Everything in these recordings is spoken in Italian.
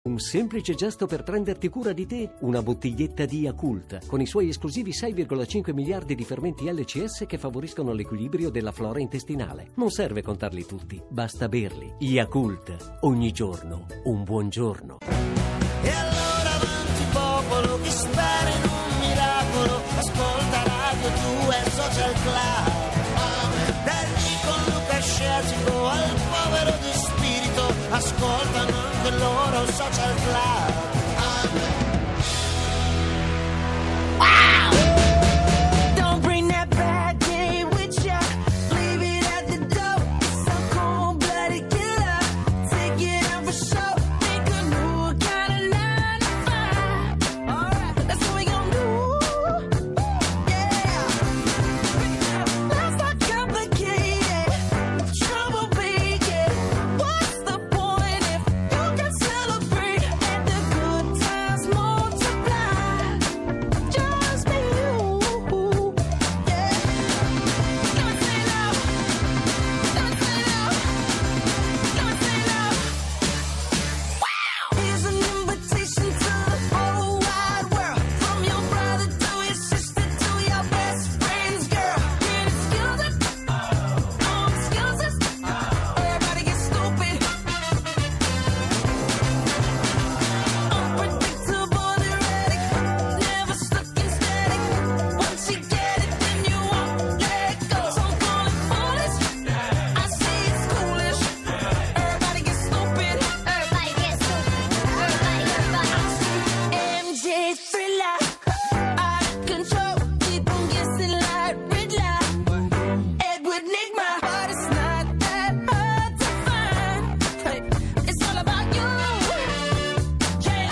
Un semplice gesto per prenderti cura di te, una bottiglietta di Yakult, con i suoi esclusivi 6,5 miliardi di fermenti LCS che favoriscono l'equilibrio della flora intestinale. Non serve contarli tutti, basta berli. Yakult, ogni giorno, un buon giorno. E allora avanti popolo che spera in un miracolo, ascolta Radio 2 Social Club. Dal con Luca Scetico al povero di spirito, ascoltano anche loro Social Club. Don't bring that bad day with ya, leave it at the door. Some cold-blooded killer, take it out for show. Make a new kind of 9 to 5. Alright, that's what we gon' do. Yeah. Life's not complicated, trouble big, yeah. What's the point if you can celebrate and the good times multiply? Just be you, yeah. Don't say no, don't say no, don't say no. Wow. Here's an invitation to the whole wide world, from your brother to your sister to your best friend's girl. Can't excuse it, no excuses. Everybody get stupid, unpredictable, erratic, never stuck in static. Once you get it, then you won't let go. Some call it foolish, I say it's foolish. Everybody get stupid, everybody get stupid, everybody. MJ Thriller, out of control, keep on guessing like Riddler. Edward Nigma, but it's not that hard to find. Hey, it's all about you, yeah.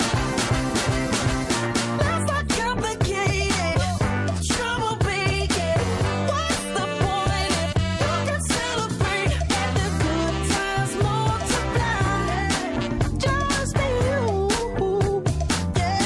Life's not complicated, trouble big, yeah. What's the point if you can celebrate and the good times multiply? Just be you, yeah.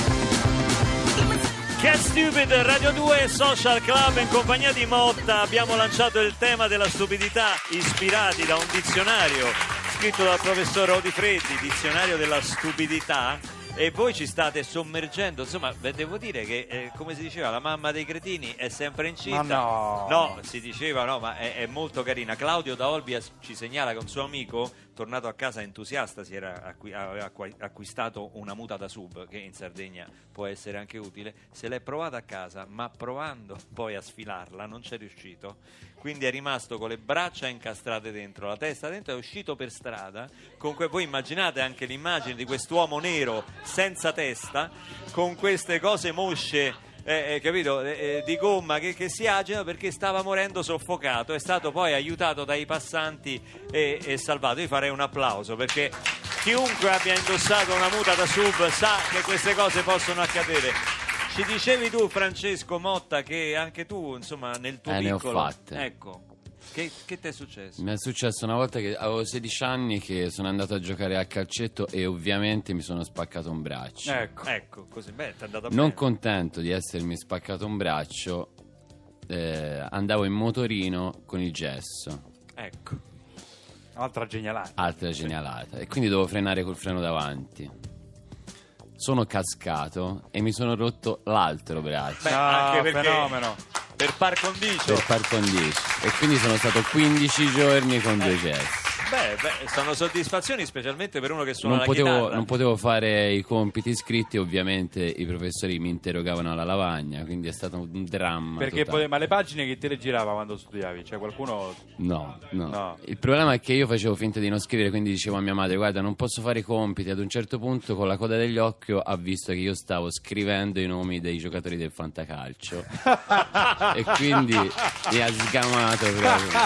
Get Stupid, Radio 2 Social Club in compagnia di Motta. Abbiamo lanciato il tema della stupidità ispirati da un dizionario scritto dal professor Odifreddi, dizionario della stupidità, e voi ci state sommergendo. Insomma, devo dire che come si diceva, la mamma dei cretini è sempre incinta. Ma no. No, si diceva no, ma è molto carina. Claudio da Olbia ci segnala che un suo amico, tornato a casa entusiasta, aveva acquistato una muta da sub, che in Sardegna può essere anche utile. Se l'è provata a casa, ma provando poi a sfilarla non c'è riuscito, quindi è rimasto con le braccia incastrate dentro, la testa dentro, è uscito per strada. Comunque voi immaginate anche l'immagine di quest'uomo nero senza testa con queste cose mosce, capito, di gomma che si agitano, perché stava morendo soffocato. È stato poi aiutato dai passanti e salvato. Io farei un applauso, perché chiunque abbia indossato una muta da sub sa che queste cose possono accadere. Ci dicevi tu, Francesco Motta, che anche tu, insomma, nel tuo ne ho piccolo, fatte. ecco, che ti è successo? Mi è successo una volta che avevo 16 anni, che sono andato a giocare a calcetto e ovviamente mi sono spaccato un braccio. Ecco, così, ti è andata Non bene. contento di essermi spaccato un braccio, andavo in motorino con il gesso. Ecco. Altra genialata. Altra genialata. E quindi dovevo frenare col freno davanti. Sono cascato e mi sono rotto l'altro braccio. Beh, anche perché fenomeno. per par condicio. Per par condicio. E quindi sono stato 15 giorni con due gessi. Beh, sono soddisfazioni, specialmente per uno che suona la chitarra. Non potevo fare i compiti scritti, ovviamente i professori mi interrogavano alla lavagna, quindi è stato un dramma. Perché totale. ma le pagine che te le girava quando studiavi? Cioè qualcuno... No. No. Il problema è che io facevo finta di non scrivere, quindi dicevo a mia madre: guarda, non posso fare i compiti. Ad un certo punto, con la coda degli occhi, ha visto che io stavo scrivendo i nomi dei giocatori del fantacalcio e quindi mi ha sgamato proprio.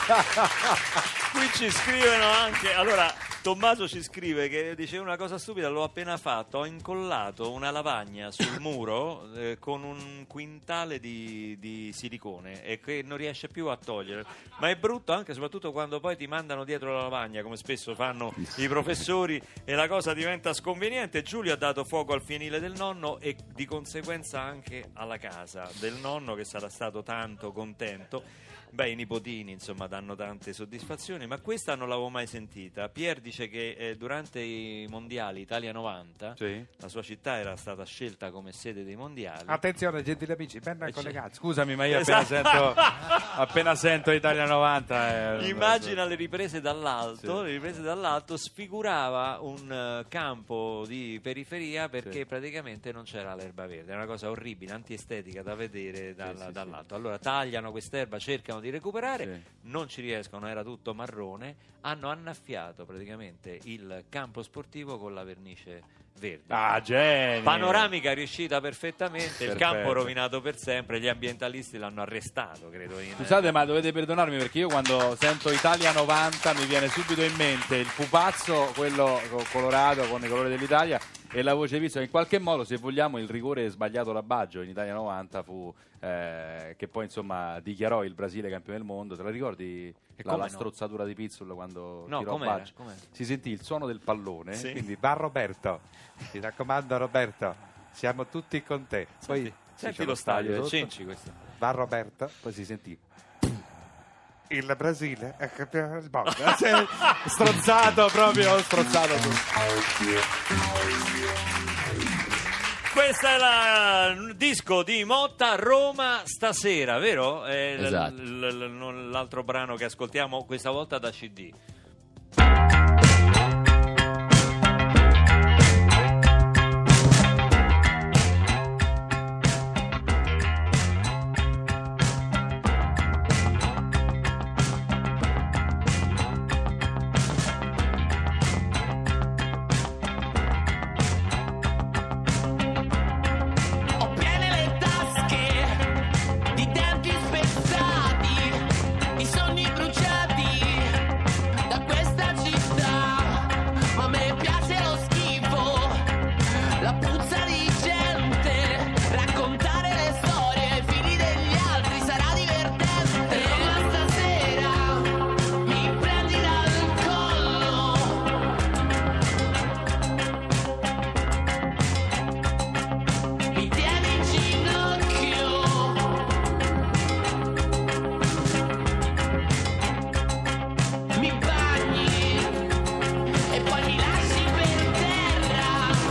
Qui ci scrivono anche, allora Tommaso ci scrive che dice una cosa stupida, l'ho appena fatto, ho incollato una lavagna sul muro con un quintale di silicone e che non riesce più a togliere, ma è brutto anche soprattutto quando poi ti mandano dietro la lavagna, come spesso fanno i professori, e la cosa diventa sconveniente. Giulio ha dato fuoco al fienile del nonno e di conseguenza anche alla casa del nonno, che sarà stato tanto contento. Beh, i nipotini insomma danno tante soddisfazioni, ma questa non l'avevo mai sentita. Pier di dice che durante i mondiali Italia 90 Sì. la sua città era stata scelta come sede dei mondiali. Attenzione, gentili amici, ben c'è- collegati. Scusami, ma io Esatto. appena sento Italia 90. Immagina le riprese dall'alto, Sì. le riprese dall'alto sfigurava un campo di periferia perché Sì. praticamente non c'era l'erba verde, è una cosa orribile, antiestetica da vedere sì, dall'alto. Allora tagliano quest'erba, cercano di recuperare, Sì. non ci riescono, era tutto marrone, hanno annaffiato praticamente il campo sportivo con la vernice verde. Ah, genio. Panoramica riuscita perfettamente, il Perfetto. campo rovinato per sempre, gli ambientalisti l'hanno arrestato, credo. Scusate, ma dovete perdonarmi perché io quando sento Italia 90 mi viene subito in mente il pupazzo, quello colorato con i colori dell'Italia, e la voce vista. In qualche modo, se vogliamo, il rigore sbagliato da Baggio in Italia 90 fu che poi insomma dichiarò il Brasile campione del mondo. Te la ricordi come la no? strozzatura di Pizzul quando No, tirò com'era? Baggio? Com'era? Si sentì il suono del pallone. Sì. Quindi va Roberto, ti raccomando Roberto, siamo tutti con te. Poi Senti c'è lo stadio del sotto. Cenci questo. Va Roberto, Poi si sentì. il Brasile è campione del mondo. Strozzato proprio, strozzato tutto. Questo è il disco di Motta, Roma stasera, vero? È Esatto. l'altro brano che ascoltiamo questa volta da CD. Ho piene le tasche di denti spezzati, di sogni bruciati da questa città. Ma a me piace lo schifo, la puzza di gente, raccontare le storie ai figli degli altri sarà divertente. Roma stasera mi prendi dal collo. Mi tieni in ginocchio, mi bagni e poi mi lasci per terra.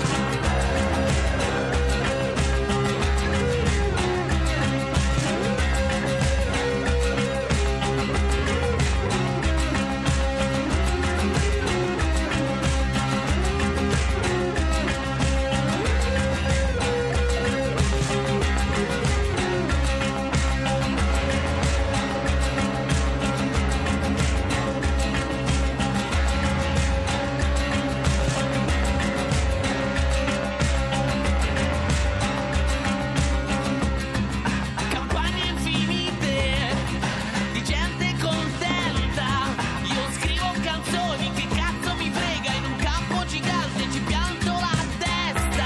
Campagne infinite di gente contenta. Io scrivo canzoni, che cazzo mi frega, in un campo gigante ci pianto la testa.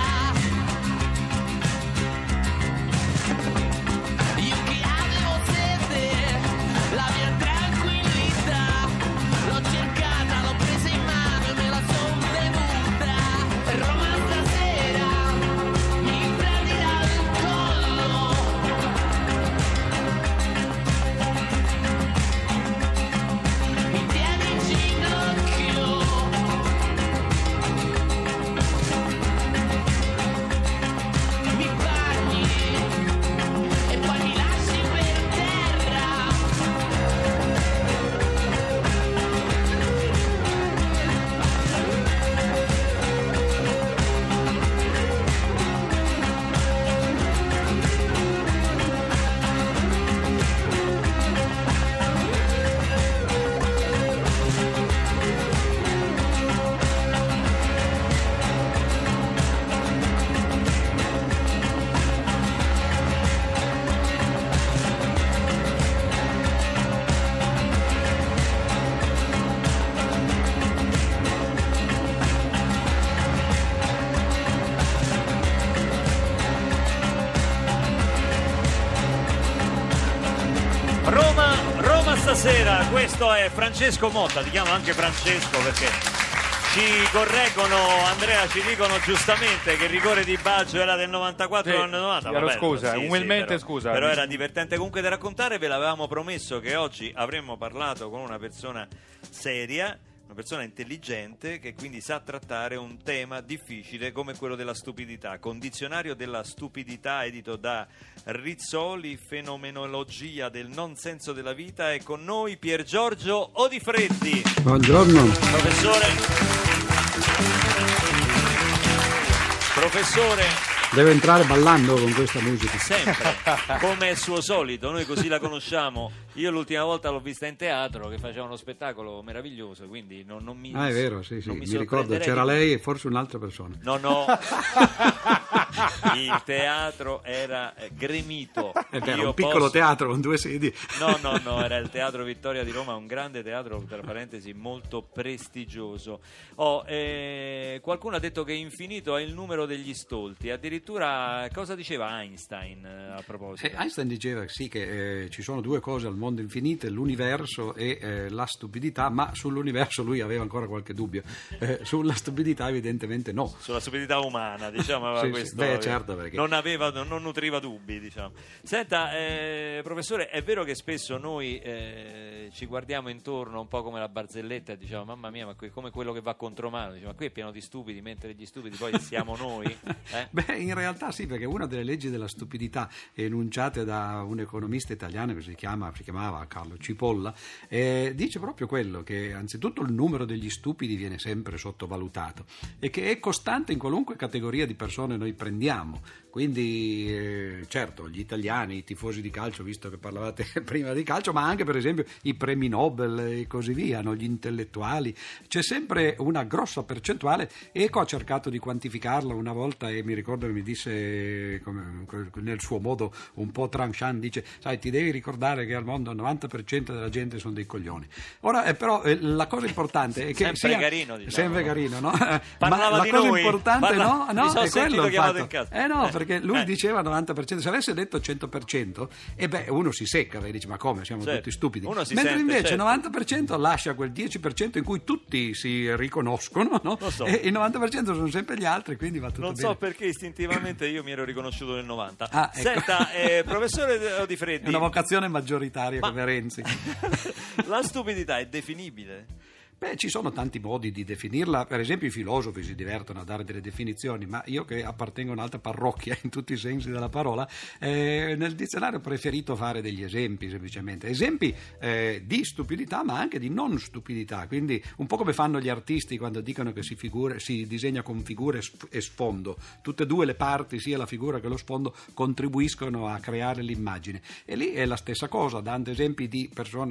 Io che avevo sete, la mia tranquillità, l'ho cercata, l'ho presa in mano e me la son tenuta. Roma stasera mi prendi dal collo. Mi tieni in ginocchio, mi bagni e poi mi lasci per terra. Roma stasera, questo è Francesco Motta, ti chiamo anche Francesco perché ci correggono, Andrea, ci dicono giustamente che il rigore di Baggio era del 94 Sì, o del 90. chiedo vabbè, scusa, sì, umilmente però, scusa. Però era divertente comunque da raccontare, ve l'avevamo promesso che oggi avremmo parlato con una persona seria, una persona intelligente che quindi sa trattare un tema difficile come quello della stupidità. Condizionario della stupidità edito da Rizzoli, fenomenologia del non senso della vita. È con noi Pier Giorgio Odifreddi. Buongiorno. Professore, Deve entrare ballando con questa musica. sempre, come è suo solito, noi così la conosciamo. Io l'ultima volta l'ho vista in teatro, che faceva uno spettacolo meraviglioso, quindi non mi Ah, è vero, sì, non mi mi ricordo, sorprenderei c'era di- lei e forse un'altra persona. No, il teatro era gremito. Era Io un piccolo teatro con 2 sedi. No, era il Teatro Vittoria di Roma, un grande teatro, tra parentesi, molto prestigioso. Qualcuno ha detto che infinito è il numero degli stolti, addirittura cosa diceva Einstein a proposito? Einstein diceva sì che ci sono 2 cose al mondo infinite, l'universo e la stupidità, ma sull'universo lui aveva ancora qualche dubbio, sulla stupidità evidentemente no. Sulla stupidità umana, diciamo, aveva Sì, sì. questo, Beh, certo, perché- non nutriva dubbi, diciamo. Senta, professore, è vero che spesso noi ci guardiamo intorno un po' come la barzelletta e diciamo mamma mia, ma come quello che va contromano, diciamo, ma qui è pieno di stupidi, mentre gli stupidi poi siamo noi? Beh, in realtà sì, perché una delle leggi della stupidità enunciate da un economista italiano che si chiamava Carlo Cipolla, dice proprio quello, che anzitutto il numero degli stupidi viene sempre sottovalutato e che è costante in qualunque categoria di persone noi prendiamo. Quindi certo, gli italiani, i tifosi di calcio, visto che parlavate prima di calcio, ma anche per esempio i premi Nobel e così via, no? Gli intellettuali, c'è sempre una grossa percentuale. Ecco, ho cercato di quantificarla una volta e mi ricordo che mi disse nel suo modo un po' tranchant, dice sai, ti devi ricordare che al mondo il 90% della gente sono dei coglioni. Ora però la cosa importante è che Sempre carino, diciamo, sempre no? carino, no? Parlava Ma la di cosa noi, importante no, mi sono è sentito quello il chiamato fatto. in casa. No, perché lui diceva 90%, se avesse detto 100%, uno si secca e dice ma come, siamo Certo. tutti stupidi. Uno si Mentre sente, invece certo. il 90% lascia quel 10% in cui tutti si riconoscono, no? Lo so. E il 90% sono sempre gli altri, quindi va tutto Non bene. so perché istintivamente io mi ero riconosciuto nel 90. Ah, ecco. Senta, professore È Odifreddi, una vocazione maggioritaria Ma- come Renzi. la stupidità è definibile? Beh, ci sono tanti modi di definirla, per esempio i filosofi si divertono a dare delle definizioni, ma io che appartengo a un'altra parrocchia in tutti i sensi della parola, nel dizionario ho preferito fare degli esempi semplicemente, esempi di stupidità ma anche di non stupidità, quindi un po' come fanno gli artisti quando dicono che si disegna con figure e sfondo, tutte e 2 le parti, sia la figura che lo sfondo, contribuiscono a creare l'immagine, e lì è la stessa cosa, dando esempi di persone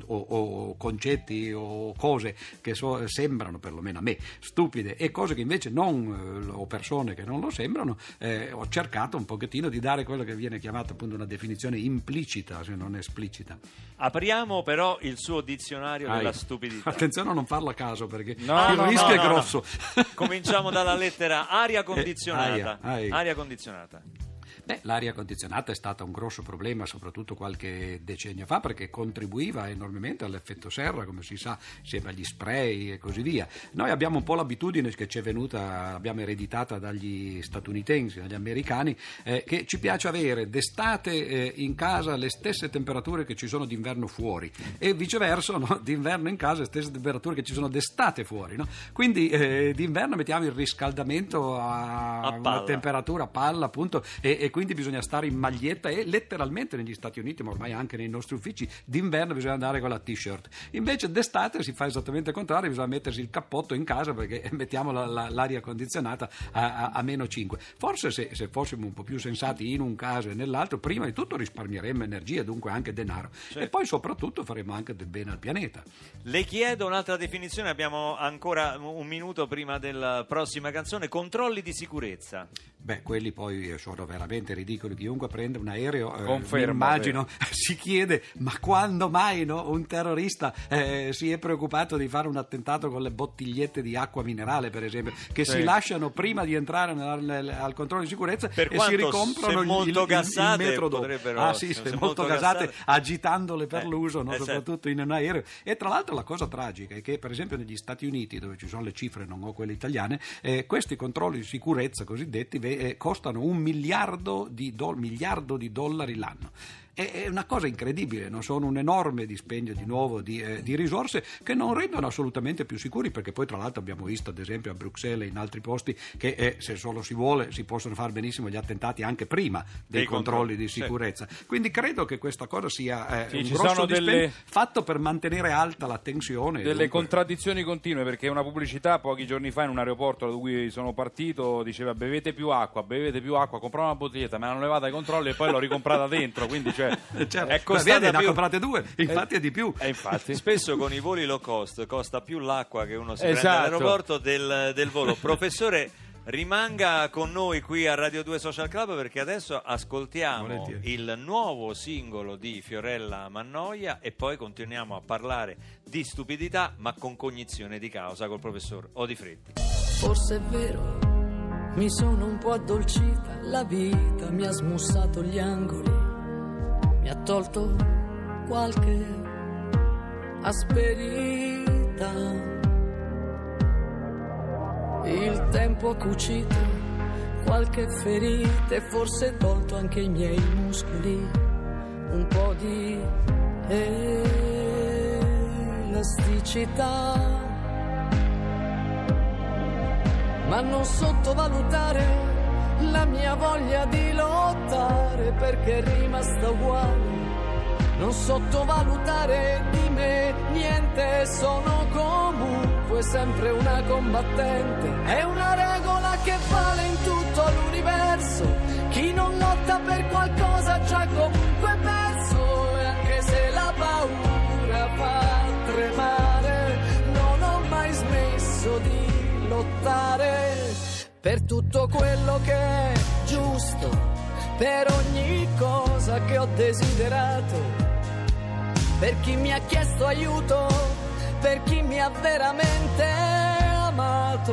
o concetti o cose che sembrano, perlomeno a me, stupide, e cose che invece non, o persone che non lo sembrano, ho cercato un pochettino di dare quello che viene chiamato appunto una definizione implicita, se non esplicita. Apriamo però il suo dizionario della stupidità. Attenzione a non farlo a caso, perché il no, rischio è no. grosso. Cominciamo dalla lettera aria condizionata. aia. Aria condizionata. Beh, l'aria condizionata è stata un grosso problema soprattutto qualche decennio fa, perché contribuiva enormemente all'effetto serra, come si sa, insieme agli spray e così via. Noi abbiamo un po' l'abitudine che ci è venuta, abbiamo ereditata dagli statunitensi, dagli americani, che ci piace avere d'estate in casa le stesse temperature che ci sono d'inverno fuori, e viceversa, no? D'inverno in casa le stesse temperature che ci sono d'estate fuori, no? Quindi d'inverno mettiamo il riscaldamento a una palla. temperatura a palla, appunto, e quindi bisogna stare in maglietta, e letteralmente negli Stati Uniti, ma ormai anche nei nostri uffici, d'inverno bisogna andare con la t-shirt. Invece d'estate si fa esattamente il contrario, bisogna mettersi il cappotto in casa perché mettiamo l'aria condizionata a meno 5. Forse se fossimo un po' più sensati in un caso e nell'altro, prima di tutto risparmieremmo energia e dunque anche denaro, e poi soprattutto faremo anche del bene al pianeta. Le chiedo un'altra definizione, abbiamo ancora un minuto prima della prossima canzone. Controlli di sicurezza. Beh, quelli poi sono veramente ridicoli. Chiunque prende un aereo, Confermo, immagino, si chiede ma quando mai, no, un terrorista si è preoccupato di fare un attentato con le bottigliette di acqua minerale, per esempio, che si lasciano prima di entrare al controllo di sicurezza, Per e si quanto ricomprano se molto il gassate metro dopo. potrebbero- Ah sì, se se molto molto gasate, gassate, agitandole per l'uso, no, certo. soprattutto in un aereo. E tra l'altro la cosa tragica è che per esempio negli Stati Uniti, dove ci sono le cifre, non ho quelle italiane, questi controlli di sicurezza cosiddetti costano $1 miliardo di dollari l'anno. è una cosa incredibile, non sono un enorme dispendio di nuovo di risorse che non rendono assolutamente più sicuri, perché poi tra l'altro abbiamo visto ad esempio a Bruxelles e in altri posti che se solo si vuole si possono fare benissimo gli attentati anche prima dei controlli di sicurezza. Quindi credo che questa cosa sia un ci grosso sono dispendio fatto per mantenere alta la tensione. Delle Dunque, contraddizioni continue, perché una pubblicità pochi giorni fa in un aeroporto da cui sono partito diceva bevete più acqua, compravo una bottiglietta, me l'hanno levata ai controlli e poi l'ho ricomprata dentro, quindi certo. è costata Vedi, ne ha più. comprate 2, infatti è di più. infatti Spesso con i voli low cost costa più l'acqua che uno si prende Esatto. all'aeroporto del volo. Professore, rimanga con noi qui a Radio 2 Social Club, perché adesso ascoltiamo Volentieri. il nuovo singolo di Fiorella Mannoia e poi continuiamo a parlare di stupidità ma con cognizione di causa col professor Odifreddi. Forse è vero, mi sono un po' addolcita, la vita mi ha smussato gli angoli, mi ha tolto qualche asperità. Il tempo ha cucito qualche ferita e forse tolto anche i miei muscoli, un po' di elasticità. Ma non sottovalutare la mia voglia di lottare, perché è rimasta uguale. Non sottovalutare di me niente, sono comunque sempre una combattente. È una regola che vale in tutto l'universo: chi non lotta per qualcosa già comunque perso. E anche se la paura fa tremare, non ho mai smesso di lottare per tutto quello che è giusto, per ogni cosa che ho desiderato, per chi mi ha chiesto aiuto, per chi mi ha veramente amato.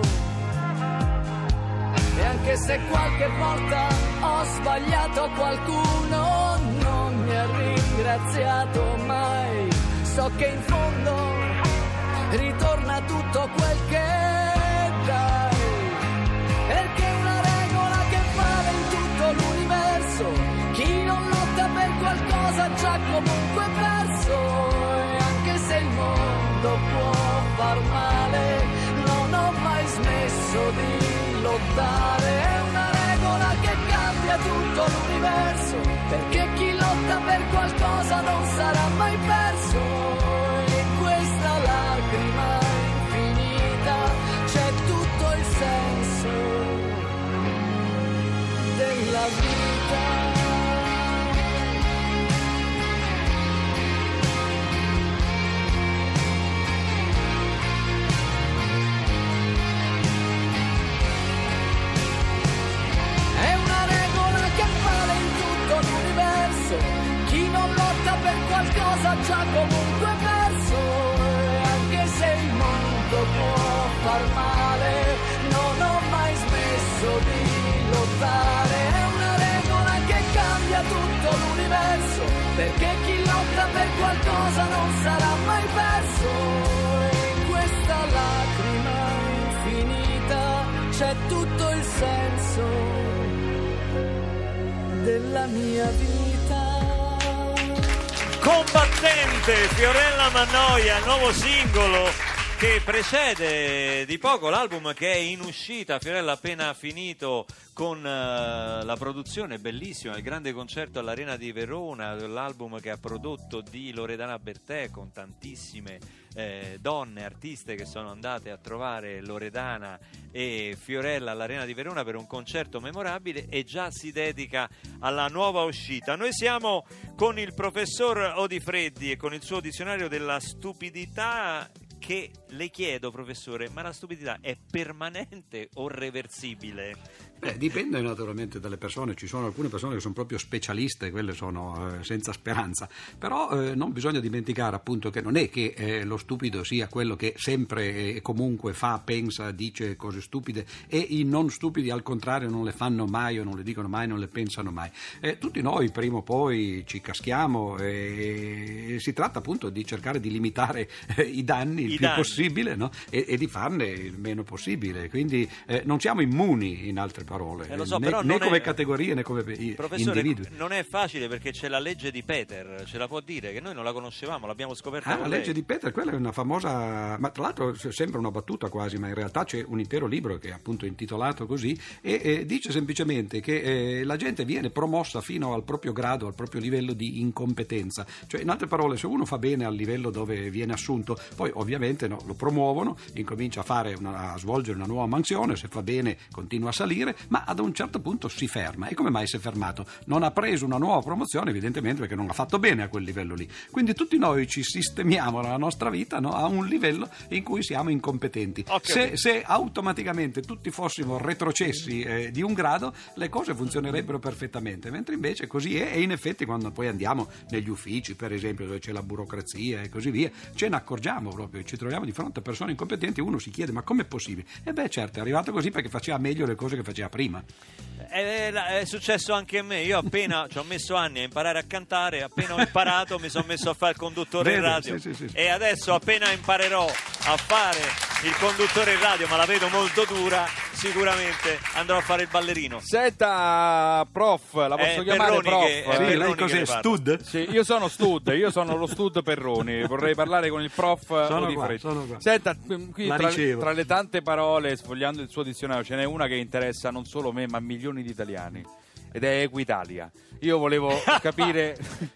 E anche se qualche volta ho sbagliato qualcuno, non mi ha ringraziato mai, so che in fondo ritorna tutto quel che dai, perché è una regola che vale in tutto l'universo: chi non lotta per qualcosa già comunque perso. E anche se il mondo può far male, non ho mai smesso di lottare. È una regola che cambia tutto l'universo, perché chi lotta per qualcosa non sarà mai perso. E in questa lacrima infinita c'è tutto il senso della vita. È una regola che vale in tutto l'universo: chi non lotta per qualcosa già comunque perso. E anche se il mondo può far male, non ho mai smesso di lottare. È una regola che cambia tutto l'universo, perché chi lotta per qualcosa non sarà mai perso. E in questa lacrima infinita c'è tutto il senso della mia vita. Combattente, Fiorella Mannoia, il nuovo singolo che precede di poco l'album che è in uscita. Fiorella ha appena finito con la produzione bellissima, il grande concerto all'Arena di Verona, l'album che ha prodotto di Loredana Bertè, con tantissime donne artiste che sono andate a trovare Loredana e Fiorella all'Arena di Verona per un concerto memorabile, e già si dedica alla nuova uscita. Noi siamo con il professor Odifreddi e con il suo dizionario della stupidità, che le chiedo, professore, ma la stupidità è permanente o reversibile? Dipende naturalmente dalle persone, ci sono alcune persone che sono proprio specialiste, quelle sono senza speranza, però non bisogna dimenticare appunto che non è che lo stupido sia quello che sempre e comunque fa, pensa, dice cose stupide, e i non stupidi al contrario non le fanno mai o non le dicono mai, non le pensano mai. Tutti noi prima o poi ci caschiamo, e si tratta appunto di cercare di limitare i danni il I più danni. possibile, no? e di farne il meno possibile. Quindi non siamo immuni, in altre parole, lo so, né, però né non come è- categorie né come Professore, individui. non è facile perché c'è la legge di Peter, ce la può dire, che noi non la conoscevamo, l'abbiamo scoperta Ah, con la lei. legge di Peter, quella è una famosa, ma tra l'altro sembra una battuta quasi, ma in realtà c'è un intero libro che è appunto intitolato così e dice semplicemente che la gente viene promossa fino al proprio grado, al proprio livello di incompetenza. Cioè, in altre parole, se uno fa bene al livello dove viene assunto, poi ovviamente lo promuovono, incomincia a svolgere una nuova mansione, se fa bene continua a salire, ma ad un certo punto si ferma. E come mai si è fermato? Non ha preso una nuova promozione, evidentemente perché non ha fatto bene a quel livello lì. Quindi tutti noi ci sistemiamo nella nostra vita, no, a un livello in cui siamo incompetenti. Ho capito. Se automaticamente tutti fossimo retrocessi di un grado, le cose funzionerebbero perfettamente, mentre invece così è. E in effetti quando poi andiamo negli uffici, per esempio, dove c'è la burocrazia e così via, ce ne accorgiamo proprio, ci troviamo di fronte a persone incompetenti, uno si chiede ma com'è possibile? E beh, certo, è arrivato così perché faceva meglio le cose che faceva prima. È successo anche a me. Io appena ci ho messo anni a imparare a cantare, appena ho imparato mi sono messo a fare il conduttore in Vede, radio. sì. E adesso appena imparerò a fare il conduttore in radio, ma la vedo molto dura, sicuramente andrò a fare il ballerino. Senta, prof, la posso chiamare Perroni prof? che- Sì, Perroni lei che cos'è? ne parla. Stud? Sì, io sono lo stud Perroni, vorrei parlare con il prof Udi qua, Freddi. sono qua. Senta, qui La ricevo. tra le tante parole, sfogliando il suo dizionario, ce n'è una che interessa non solo me, ma milioni di italiani. Ed è Equitalia. Io volevo capire.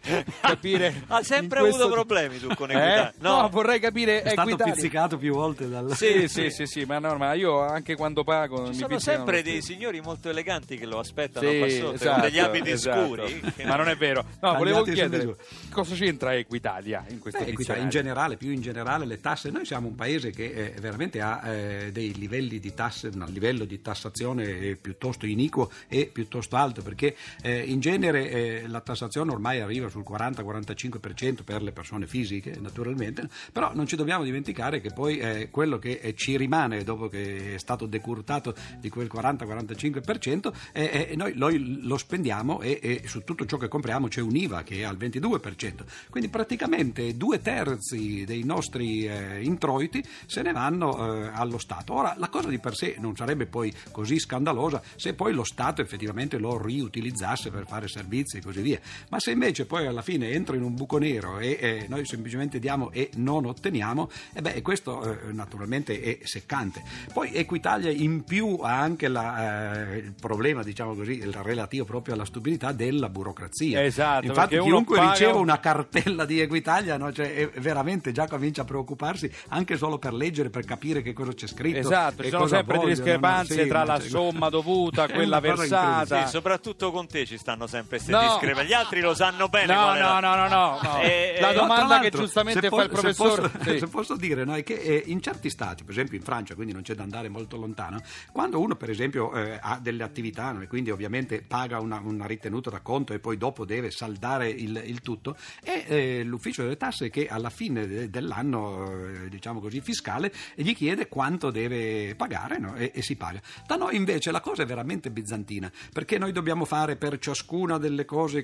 Ha sempre in questo- avuto problemi tu con Equitalia? No, vorrei capire È stato Equitalia. pizzicato più volte dal... Sì, ma no, ma io anche quando pago Ci mi sono pizzicano sempre lo dei stesso. signori molto eleganti che lo aspettano Sì, qua sotto, esatto, con degli abiti esatto. scuri. Ma non è vero. No, Tagliati volevo su chiedere misura. cosa c'entra Equitalia in questo Equità, in generale, più in generale le tasse. Noi siamo un paese che veramente ha dei livelli di tasse, un livello di tassazione piuttosto iniquo e piuttosto alto, perché in genere la tassazione ormai arriva sul 40-45% per le persone fisiche, naturalmente, però non ci dobbiamo dimenticare che poi quello che ci rimane dopo che è stato decurtato di quel 40-45%, noi lo spendiamo e su tutto ciò che compriamo c'è un IVA che è al 22%. Quindi praticamente 2/3 dei nostri introiti se ne vanno allo Stato. Ora, la cosa di per sé non sarebbe poi così scandalosa se poi lo Stato effettivamente lo riutilizzasse per fare servizi e così via, ma se invece poi alla fine entra in un buco nero e noi semplicemente diamo e non otteniamo, questo naturalmente è seccante. Poi Equitalia in più ha anche il problema, diciamo così, il relativo proprio alla stupidità della burocrazia. Esatto, Infatti perché uno chiunque paga riceva una cartella di Equitalia, no? Cioè, veramente già comincia a preoccuparsi anche solo per leggere, per capire che cosa c'è scritto. Esatto, ci e sono cosa sempre delle vogliono, discrepanze sì, tra la cioè, somma dovuta, è quella una cosa versata. incredibile. Sì, soprattutto con te ci stanno sempre queste No. discrepanze. Gli altri lo sanno bene. No, qual è la- no. La No, Tra domanda che l'altro, giustamente se fa il professore. Sì. se posso dire, no, è che in certi stati, per esempio in Francia, quindi non c'è da andare molto lontano, quando uno per esempio ha delle attività, no, e quindi ovviamente paga una ritenuta da conto e poi dopo deve saldare il tutto, è l'ufficio delle tasse che alla fine dell'anno diciamo così fiscale gli chiede quanto deve pagare, no, e si paga. Da noi invece la cosa è veramente bizantina, perché noi dobbiamo fare per ciascuna delle cose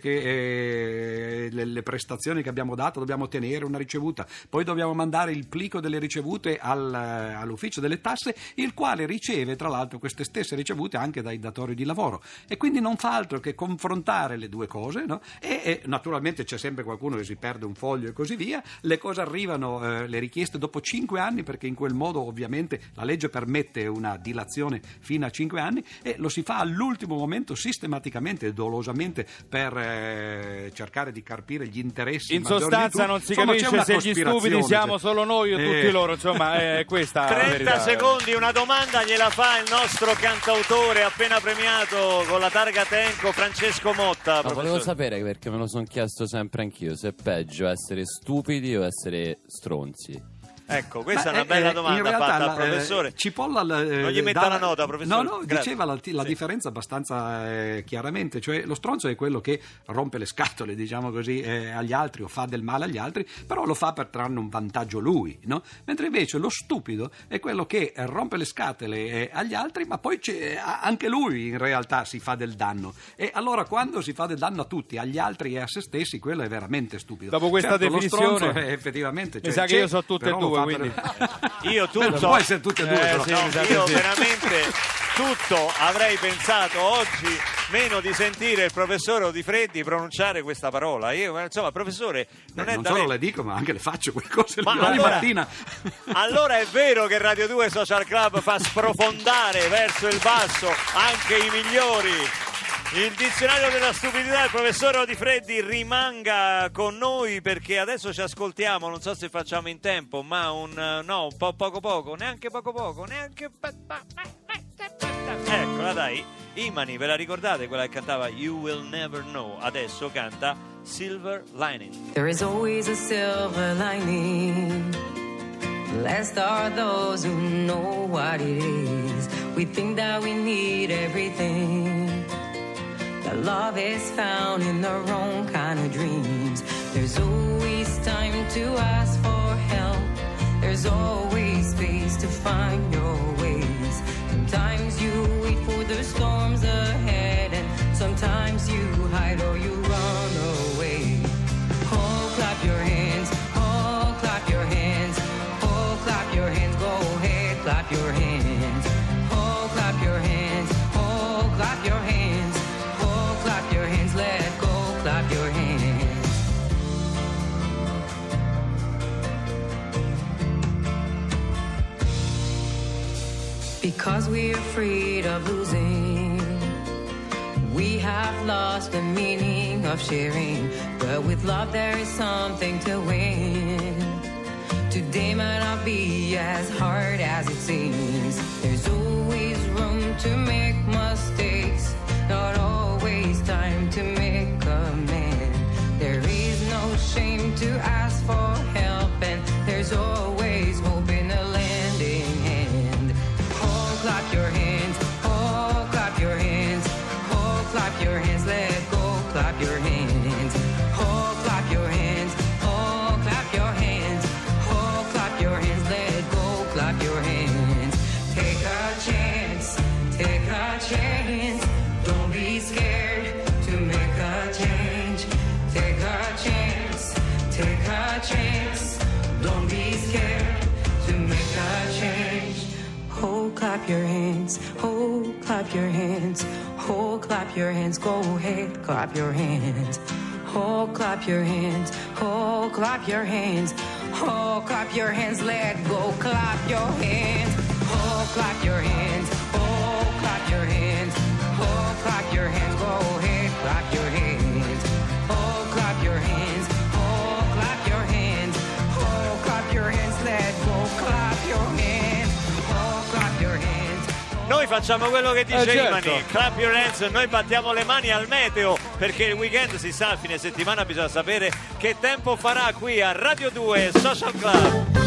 che le prestazioni che abbiamo dato dobbiamo ottenere una ricevuta, poi dobbiamo mandare il plico delle ricevute all'ufficio delle tasse, il quale riceve tra l'altro queste stesse ricevute anche dai datori di lavoro, e quindi non fa altro che confrontare le due cose, no? E naturalmente c'è sempre qualcuno che si perde un foglio e così via. Le cose arrivano, le richieste dopo 5 anni, perché in quel modo ovviamente la legge permette una dilazione fino a 5 anni, e lo si fa all'ultimo momento sistematicamente e dolosamente per cercare di carpire gli interessi In maggiori di sostanza tutti. non si Insomma, c'è capisce una se gli stupidi cospirazione, siamo solo noi o tutti loro, insomma è questa la 30 verità. secondi, una domanda gliela fa il nostro cantautore appena premiato con la targa Tenco, Francesco Motta. Ma professore. volevo sapere, perché me lo sono chiesto sempre anch'io, se è peggio essere stupidi o essere stronzi. Ecco, questa è Ma, una bella in domanda realtà fatta al professore. Cipolla Non gli metta la nota, professore. No, Grazie. diceva la Sì. differenza abbastanza chiaramente, cioè lo stronzo è quello che rompe le scatole, diciamo così, agli altri o fa del male agli altri, però lo fa per trarne un vantaggio lui, no? Mentre invece lo stupido è quello che rompe le scatole agli altri, ma poi anche lui in realtà si fa del danno, e allora quando si fa del danno a tutti, agli altri e a se stessi, quello è veramente stupido. Dopo questa Certo, definizione lo stronzo effettivamente mi sa che io so tutte e però lo due, fa quindi... Io tutto... Non può essere tutte e due, però. sì, No, mi sa che io sì. veramente tutto avrei pensato oggi meno di sentire il professore Odifreddi pronunciare questa parola. Io, insomma, professore, non è non da solo me- le dico, ma anche le faccio quelle cose Ma domani allora- mattina. Allora è vero che Radio 2 Social Club fa sprofondare verso il basso anche i migliori. Il dizionario della stupidità, il professore Odifreddi rimanga con noi perché adesso ci ascoltiamo, non so se facciamo in tempo, ma un poco, neanche poco, neanche... Eccola dai, Imani, ve la ricordate quella che cantava You Will Never Know? Adesso canta Silver Lining. There is always a silver lining. Blessed are those who know what it is. We think that we need everything. That love is found in the wrong kind of dreams. There's always time to ask for help. There's always space to find your ways. Sometimes you wait for the storms ahead, and sometimes you hide or you run away. Oh, clap your hands. Oh, clap your hands. Oh, clap your hands. Go ahead, clap your hands. Oh, clap your hands. Oh, clap your hands. Oh, clap your hands. Let go, clap your hands. Because we're afraid of losing, we have lost the meaning of sharing. But with love there is something to win. Today might not be as hard as it seems. There's always room to make mistakes, not always time to make amends. There is no shame to ask for help, and there's always hope in a lending hand. Oh, clap your hands. Oh, clap your hands. Oh, clap your hands. Let go. Clap your hands. Oh, clap your hands. Oh, clap your hands. Oh, clap your hands. Let go. Clap your hands. Take a chance. Take a chance. Don't be scared to make a change. Take a chance. Take a chance. Don't be scared to make a change. Oh, clap your hands. Oh, clap your hands. Oh, clap your hands. Go ahead, clap your hands. Oh, clap your hands. Oh, clap your hands. Oh, clap your hands. Let go, clap your hands. Oh, clap your hands. Oh, clap your hands. Oh, clap your hands. Go ahead, clap your hands. Oh, clap your hands. Oh, clap your hands. Oh, clap your hands. Let go, clap your hands. Oh, clap your hands. Noi facciamo quello che dice certo. Imani, clap your hands, noi battiamo le mani al meteo perché il weekend si sa, a fine settimana bisogna sapere che tempo farà qui a Radio 2 Social Club.